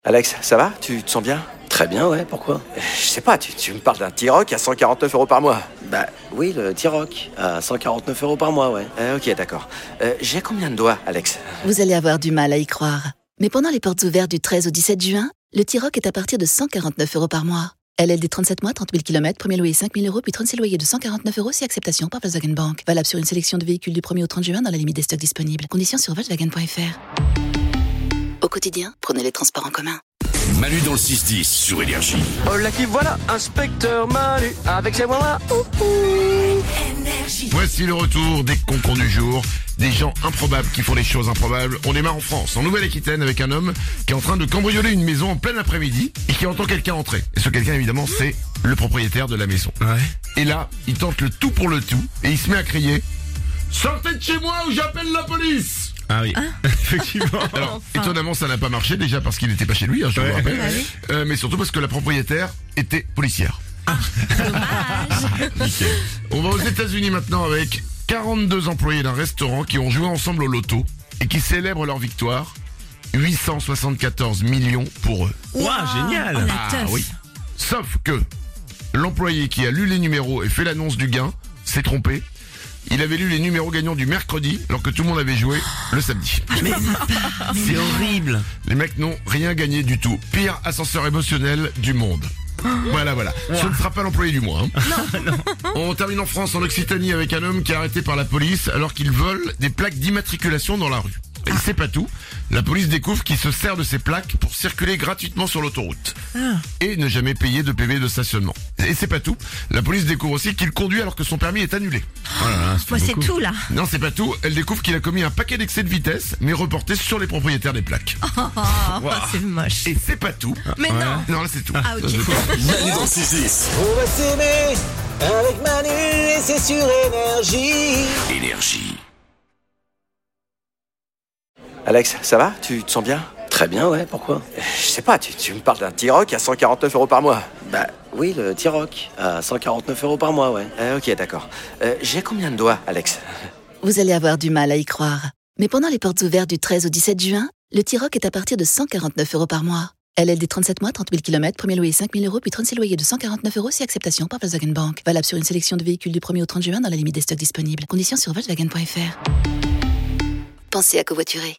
Alex, ça va? Tu te sens bien? Très bien, ouais, pourquoi? Je sais pas, tu me parles d'un T-Roc à 149 € par mois. Bah oui, le T-Roc, à 149 € par mois, ouais. Ok, d'accord. J'ai combien de doigts, Alex? Vous allez avoir du mal à y croire. Mais pendant les portes ouvertes du 13 au 17 juin, le T-Roc est à partir de 149 € par mois. LLD 37 mois, 30 000 km, premier loyer 5 000 €, puis 36 loyers de 149 € si acceptation par Volkswagen Bank. Valable sur une sélection de véhicules du 1er au 30 juin dans la limite des stocks disponibles. Conditions sur Volkswagen.fr. Au quotidien, prenez les transports en commun. Manu dans le 6-10 sur Énergie. Oh là qui voilà, inspecteur Manu, avec ses voix. Voici le retour des concons du jour. Des gens improbables qui font des choses improbables. On démarre en France, en Nouvelle-Aquitaine, avec un homme qui est en train de cambrioler une maison en plein après-midi et qui entend quelqu'un entrer. Et ce quelqu'un, évidemment, c'est le propriétaire de la maison. Ouais. Et là, il tente le tout pour le tout et il se met à crier « Sortez de chez moi ou j'appelle la police !» Ah oui, effectivement. Alors, étonnamment, ça n'a pas marché, déjà parce qu'il n'était pas chez lui, je vous rappelle. Mais surtout parce que la propriétaire était policière. Dommage. On va aux États-Unis maintenant avec 42 employés d'un restaurant qui ont joué ensemble au loto et qui célèbrent leur victoire. 874 millions pour eux. Wow, génial. Oui. Sauf que l'employé qui a lu les numéros et fait l'annonce du gain s'est trompé. Il avait lu les numéros gagnants du mercredi, alors que tout le monde avait joué le samedi. Mais c'est horrible. Les mecs n'ont rien gagné du tout. Pire ascenseur émotionnel du monde. Voilà. Ce ne sera pas l'employé du mois. Non. On termine en France, en Occitanie, avec un homme qui est arrêté par la police alors qu'il vole des plaques d'immatriculation dans la rue. Et c'est pas tout. La police découvre qu'il se sert de ces plaques pour circuler gratuitement sur l'autoroute. Et ne jamais payer de PV de stationnement. Et c'est pas tout. La police découvre aussi qu'il conduit alors que son permis est annulé. C'est tout là. Non, c'est pas tout. Elle découvre qu'il a commis un paquet d'excès de vitesse, mais reporté sur les propriétaires des plaques. C'est moche. Et c'est pas tout. Mais non. Non, là c'est tout. Ah, ok. Manu dans le 6-10. On va s'aimer avec Manu et c'est sur Énergie. Énergie. Alex, ça va? Tu te sens bien? Très bien, ouais, pourquoi? Je sais pas, tu me parles d'un T-Roc à 149 € par mois. Bah oui, le T-Roc, à 149 € par mois, ouais. Ok, d'accord. J'ai combien de doigts, Alex? Vous allez avoir du mal à y croire. Mais pendant les portes ouvertes du 13 au 17 juin, le T-Roc est à partir de 149 € par mois. LLD 37 mois, 30 000 km, premier loyer 5 000 €, puis 36 loyers de 149 € si acceptation par Volkswagen Bank. Valable sur une sélection de véhicules du 1er au 30 juin dans la limite des stocks disponibles. Conditions sur Volkswagen.fr. Pensez à covoiturer.